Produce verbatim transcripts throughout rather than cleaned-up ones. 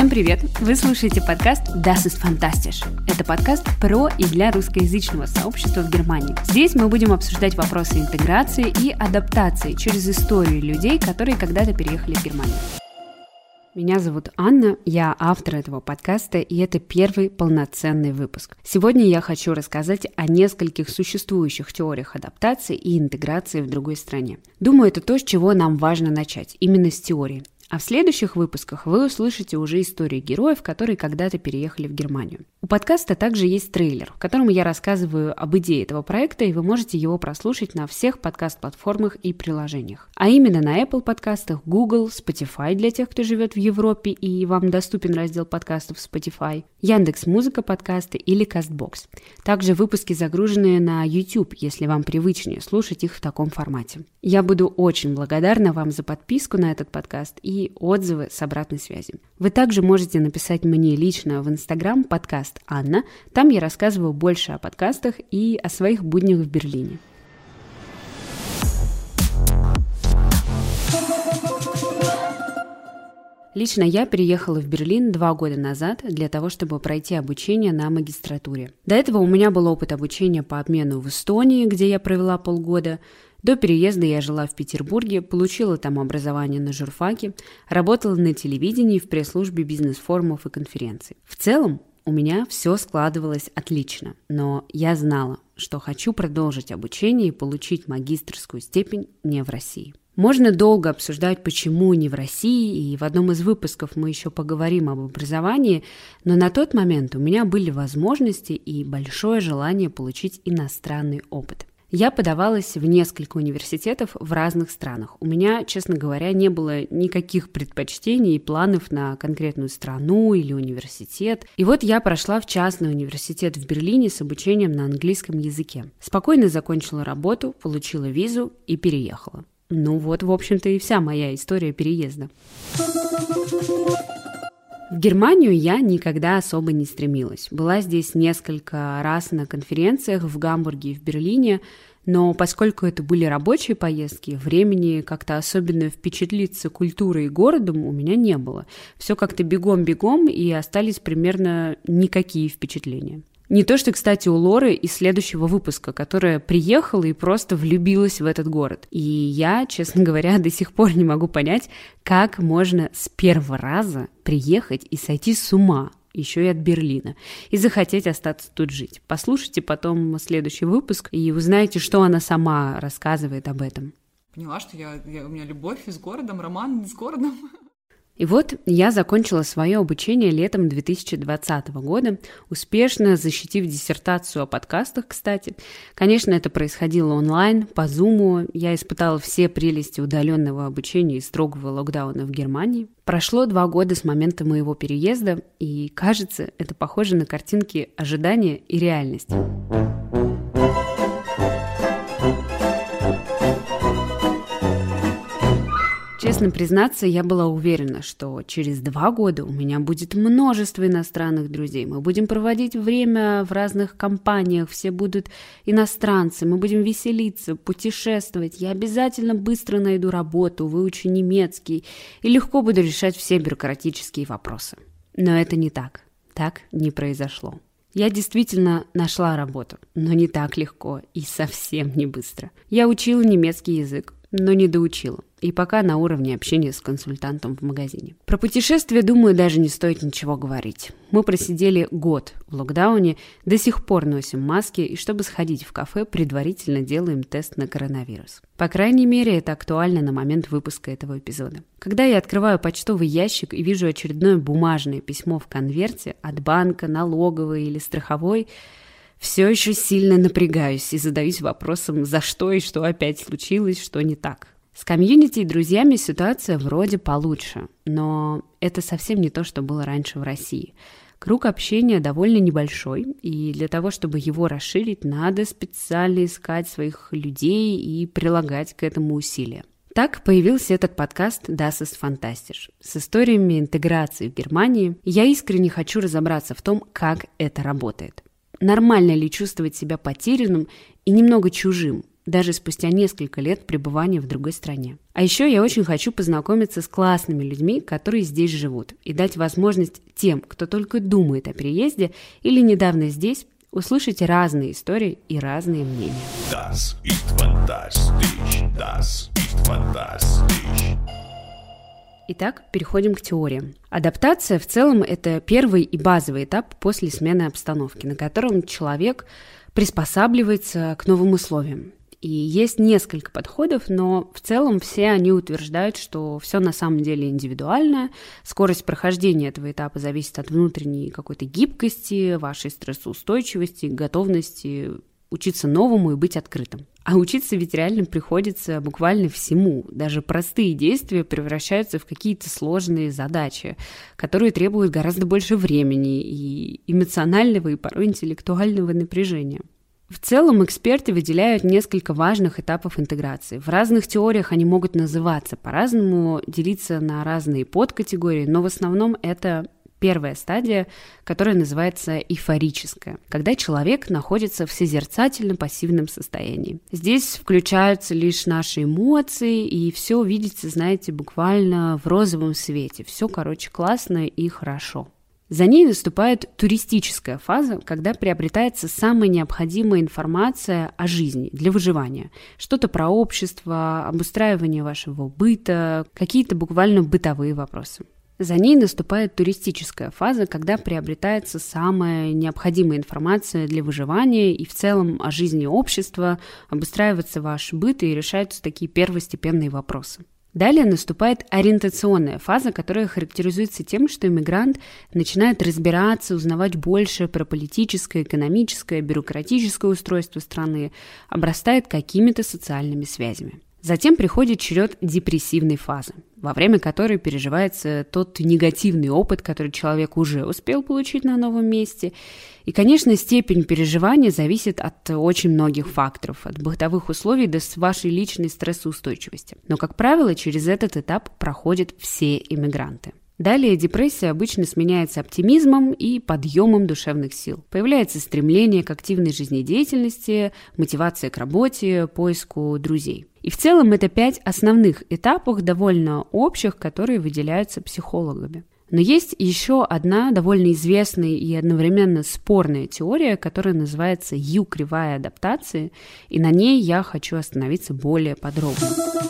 Всем привет! Вы слушаете подкаст Das ist fantastisch. Это подкаст про и для русскоязычного сообщества в Германии. Здесь мы будем обсуждать вопросы интеграции и адаптации через историю людей, которые когда-то переехали в Германию. Меня зовут Анна, я автор этого подкаста, и это первый полноценный выпуск. Сегодня я хочу рассказать о нескольких существующих теориях адаптации и интеграции в другой стране. Думаю, это то, с чего нам важно начать, именно с теории. А в следующих выпусках вы услышите уже истории героев, которые когда-то переехали в Германию. У подкаста также есть трейлер, в котором я рассказываю об идее этого проекта, и вы можете его прослушать на всех подкаст-платформах и приложениях. А именно на Apple подкастах, Google, Spotify для тех, кто живет в Европе и вам доступен раздел подкастов Spotify, Яндекс.Музыка подкасты или Castbox. Также выпуски загружены на YouTube, если вам привычнее слушать их в таком формате. Я буду очень благодарна вам за подписку на этот подкаст и и отзывы с обратной связью. Вы также можете написать мне лично в Instagram подкаст Анна. Там я рассказываю больше о подкастах и о своих буднях в Берлине. Лично я переехала в Берлин два года назад для того, чтобы пройти обучение на магистратуре. До этого у меня был опыт обучения по обмену в Эстонии, где я провела полгода. До переезда я жила в Петербурге, получила там образование на журфаке, работала на телевидении в пресс-службе бизнес-форумов и конференций. В целом у меня все складывалось отлично, но я знала, что хочу продолжить обучение и получить магистерскую степень не в России. Можно долго обсуждать, почему не в России, и в одном из выпусков мы еще поговорим об образовании, но на тот момент у меня были возможности и большое желание получить иностранный опыт. Я подавалась в несколько университетов в разных странах. У меня, честно говоря, не было никаких предпочтений и планов на конкретную страну или университет. И вот я прошла в частный университет в Берлине с обучением на английском языке. Спокойно закончила работу, получила визу и переехала. Ну вот, в общем-то, и вся моя история переезда. В Германию я никогда особо не стремилась. Была здесь несколько раз на конференциях в Гамбурге и в Берлине, но поскольку это были рабочие поездки, времени как-то особенно впечатлиться культурой и городом у меня не было. Все как-то бегом-бегом, и остались примерно никакие впечатления. Не то что, кстати, у Лоры из следующего выпуска, которая приехала и просто влюбилась в этот город. И я, честно говоря, до сих пор не могу понять, как можно с первого раза приехать и сойти с ума, еще и от Берлина, и захотеть остаться тут жить. Послушайте потом следующий выпуск и узнаете, что она сама рассказывает об этом. Поняла, что я, я, у меня любовь с городом, роман с городом. И вот я закончила свое обучение летом две тысячи двадцатого года, успешно защитив диссертацию о подкастах, кстати. Конечно, это происходило онлайн, по Zoom. Я испытала все прелести удаленного обучения и строгого локдауна в Германии. Прошло два года с момента моего переезда, и, кажется, это похоже на картинки ожидания и реальности. Честно признаться, я была уверена, что через два года у меня будет множество иностранных друзей. Мы будем проводить время в разных компаниях, все будут иностранцы, мы будем веселиться, путешествовать. Я обязательно быстро найду работу, выучу немецкий и легко буду решать все бюрократические вопросы. Но это не так. Так не произошло. Я действительно нашла работу, но не так легко и совсем не быстро. Я учила немецкий язык, но не доучила. И пока на уровне общения с консультантом в магазине. Про путешествия, думаю, даже не стоит ничего говорить. Мы просидели год в локдауне, до сих пор носим маски, и чтобы сходить в кафе, предварительно делаем тест на коронавирус. По крайней мере, это актуально на момент выпуска этого эпизода. Когда я открываю почтовый ящик и вижу очередное бумажное письмо в конверте от банка, налоговой или страховой, все еще сильно напрягаюсь и задаюсь вопросом, за что и что опять случилось, что не так. С комьюнити и друзьями ситуация вроде получше, но это совсем не то, что было раньше в России. Круг общения довольно небольшой, и для того, чтобы его расширить, надо специально искать своих людей и прилагать к этому усилия. Так появился этот подкаст Das ist fantastisch с историями интеграции в Германии. Я искренне хочу разобраться в том, как это работает. Нормально ли чувствовать себя потерянным и немного чужим, даже спустя несколько лет пребывания в другой стране. А еще я очень хочу познакомиться с классными людьми, которые здесь живут, и дать возможность тем, кто только думает о переезде или недавно здесь, услышать разные истории и разные мнения. Das ist fantastisch. Das ist fantastisch. Итак, переходим к теориям. Адаптация в целом – это первый и базовый этап после смены обстановки, на котором человек приспосабливается к новым условиям. И есть несколько подходов, но в целом все они утверждают, что все на самом деле индивидуально, скорость прохождения этого этапа зависит от внутренней какой-то гибкости, вашей стрессоустойчивости, готовности учиться новому и быть открытым. А учиться ведь реально приходится буквально всему. Даже простые действия превращаются в какие-то сложные задачи, которые требуют гораздо больше времени и эмоционального, и порой интеллектуального напряжения. В целом эксперты выделяют несколько важных этапов интеграции. В разных теориях они могут называться по-разному, делиться на разные подкатегории, но в основном это первая стадия, которая называется эйфорическая, когда человек находится в созерцательно-пассивном состоянии. Здесь включаются лишь наши эмоции, и все увидите, знаете, буквально в розовом свете. Все, короче, классно и хорошо. За ней наступает туристическая фаза, когда приобретается самая необходимая информация о жизни для выживания. Что-то про общество, обустраивание вашего быта, какие-то буквально бытовые вопросы. За ней наступает туристическая фаза, когда приобретается самая необходимая информация для выживания и в целом о жизни общества, обустраивается ваш быт и решаются такие первостепенные вопросы. Далее наступает ориентационная фаза, которая характеризуется тем, что иммигрант начинает разбираться, узнавать больше про политическое, экономическое, бюрократическое устройство страны, обрастает какими-то социальными связями. Затем приходит черед депрессивной фазы, во время которой переживается тот негативный опыт, который человек уже успел получить на новом месте. И, конечно, степень переживания зависит от очень многих факторов, от бытовых условий до вашей личной стрессоустойчивости. Но, как правило, через этот этап проходят все иммигранты. Далее депрессия обычно сменяется оптимизмом и подъемом душевных сил. Появляется стремление к активной жизнедеятельности, мотивация к работе, поиску друзей. И в целом это пять основных этапов, довольно общих, которые выделяются психологами. Но есть еще одна довольно известная и одновременно спорная теория, которая называется Ю-кривая адаптации, и на ней я хочу остановиться более подробно.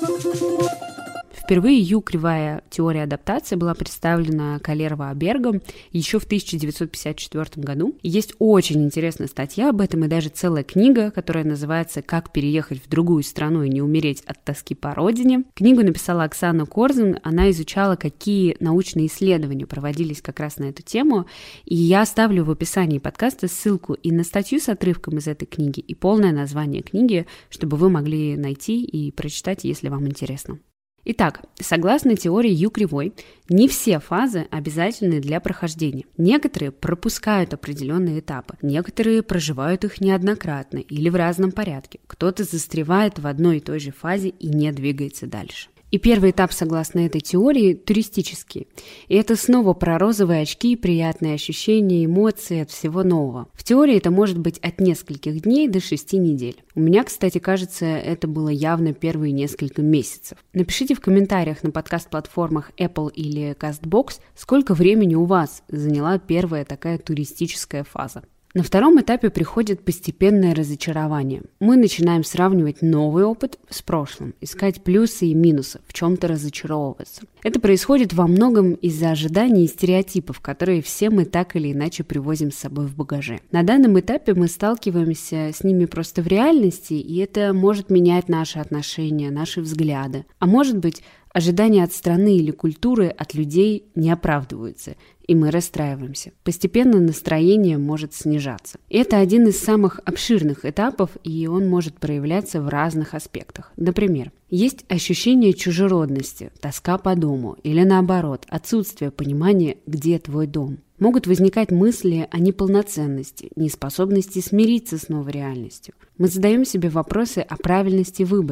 Впервые Ю-кривая теория адаптации была представлена Калерво-Абергом еще в тысяча девятьсот пятьдесят четвёртом году. И есть очень интересная статья об этом и даже целая книга, которая называется «Как переехать в другую страну и не умереть от тоски по родине». Книгу написала Оксана Корзун, она изучала, какие научные исследования проводились как раз на эту тему, и я оставлю в описании подкаста ссылку и на статью с отрывком из этой книги, и полное название книги, чтобы вы могли найти и прочитать, если вам интересно. Итак, согласно теории Ю-кривой, не все фазы обязательны для прохождения. Некоторые пропускают определенные этапы, некоторые проживают их неоднократно или в разном порядке. Кто-то застревает в одной и той же фазе и не двигается дальше. И первый этап, согласно этой теории, туристический. И это снова про розовые очки, приятные ощущения, эмоции от всего нового. В теории это может быть от нескольких дней до шести недель. У меня, кстати, кажется, это было явно первые несколько месяцев. Напишите в комментариях на подкаст-платформах Apple или CastBox, сколько времени у вас заняла первая такая туристическая фаза. На втором этапе приходит постепенное разочарование. Мы начинаем сравнивать новый опыт с прошлым, искать плюсы и минусы, в чем-то разочаровываться. Это происходит во многом из-за ожиданий и стереотипов, которые все мы так или иначе привозим с собой в багаже. На данном этапе мы сталкиваемся с ними просто в реальности, и это может менять наши отношения, наши взгляды. А может быть, ожидания от страны или культуры от людей не оправдываются, и мы расстраиваемся. Постепенно настроение может снижаться. Это один из самых обширных этапов, и он может проявляться в разных аспектах. Например, есть ощущение чужеродности, тоска по дому, или наоборот, отсутствие понимания, где твой дом. Могут возникать мысли о неполноценности, неспособности смириться с новой реальностью. Мы задаем себе вопросы о правильности выбора,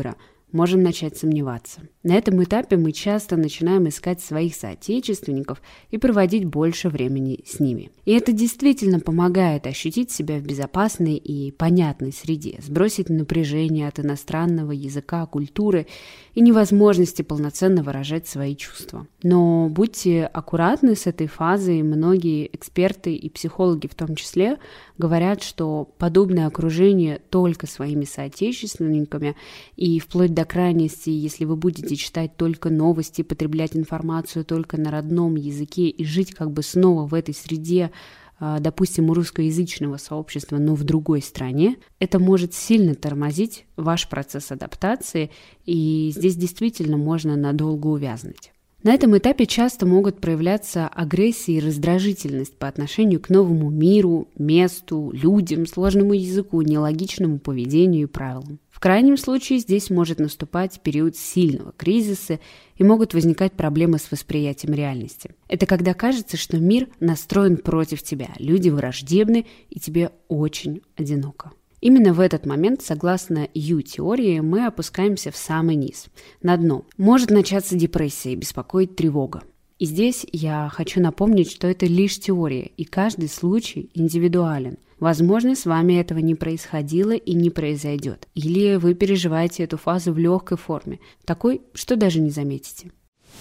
можем начать сомневаться. На этом этапе мы часто начинаем искать своих соотечественников и проводить больше времени с ними. И это действительно помогает ощутить себя в безопасной и понятной среде, сбросить напряжение от иностранного языка, культуры и невозможности полноценно выражать свои чувства. Но будьте аккуратны с этой фазой. Многие эксперты и психологи в том числе говорят, что подобное окружение только своими соотечественниками и вплоть до крайности, если вы будете читать только новости, потреблять информацию только на родном языке и жить как бы снова в этой среде, допустим, у русскоязычного сообщества, но в другой стране, это может сильно тормозить ваш процесс адаптации, и здесь действительно можно надолго увязнуть. На этом этапе часто могут проявляться агрессия и раздражительность по отношению к новому миру, месту, людям, сложному языку, нелогичному поведению и правилам. В крайнем случае здесь может наступать период сильного кризиса и могут возникать проблемы с восприятием реальности. Это когда кажется, что мир настроен против тебя, люди враждебны и тебе очень одиноко. Именно в этот момент, согласно Ю-теории, мы опускаемся в самый низ, на дно. Может начаться депрессия и беспокоить тревога. И здесь я хочу напомнить, что это лишь теория, и каждый случай индивидуален. Возможно, с вами этого не происходило и не произойдет. Или вы переживаете эту фазу в легкой форме, такой, что даже не заметите.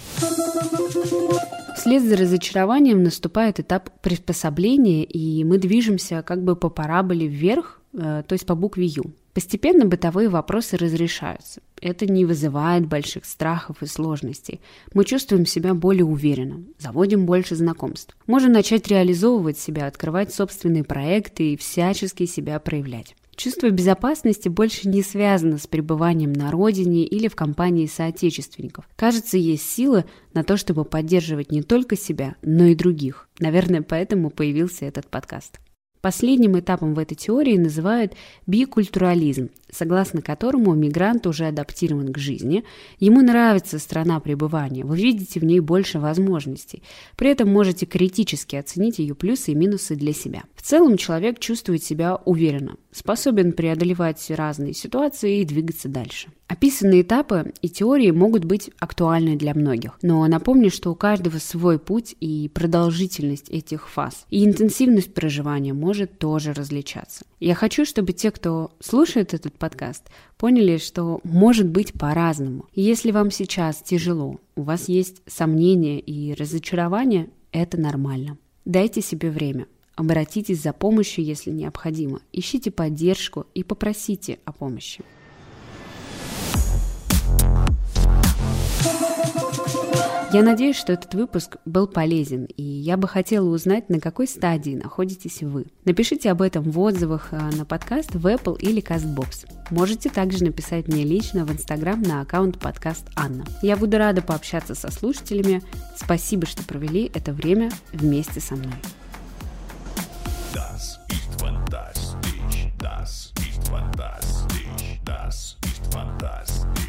Вслед за разочарованием наступает этап приспособления, и мы движемся как бы по параболе вверх, то есть по букве Ю. Постепенно бытовые вопросы разрешаются. Это не вызывает больших страхов и сложностей. Мы чувствуем себя более уверенно, заводим больше знакомств. Можем начать реализовывать себя, открывать собственные проекты и всячески себя проявлять. Чувство безопасности больше не связано с пребыванием на родине или в компании соотечественников. Кажется, есть сила на то, чтобы поддерживать не только себя, но и других. Наверное, поэтому появился этот подкаст. Последним этапом в этой теории называют бикультурализм, согласно которому мигрант уже адаптирован к жизни, ему нравится страна пребывания, вы видите в ней больше возможностей, при этом можете критически оценить ее плюсы и минусы для себя. В целом человек чувствует себя уверенно, способен преодолевать разные ситуации и двигаться дальше. Описанные этапы и теории могут быть актуальны для многих, но напомню, что у каждого свой путь и продолжительность этих фаз, и интенсивность проживания может тоже различаться. Я хочу, чтобы те, кто слушает этот подкаст, поняли, что может быть по-разному. И если вам сейчас тяжело, у вас есть сомнения и разочарования, это нормально. Дайте себе время. Обратитесь за помощью, если необходимо. Ищите поддержку и попросите о помощи. Я надеюсь, что этот выпуск был полезен, и я бы хотела узнать, на какой стадии находитесь вы. Напишите об этом в отзывах на подкаст в Apple или CastBox. Можете также написать мне лично в Instagram на аккаунт подкаст Анна. Я буду рада пообщаться со слушателями. Спасибо, что провели это время вместе со мной. Das ist fantastisch, das ist fantastisch, das ist fantastisch.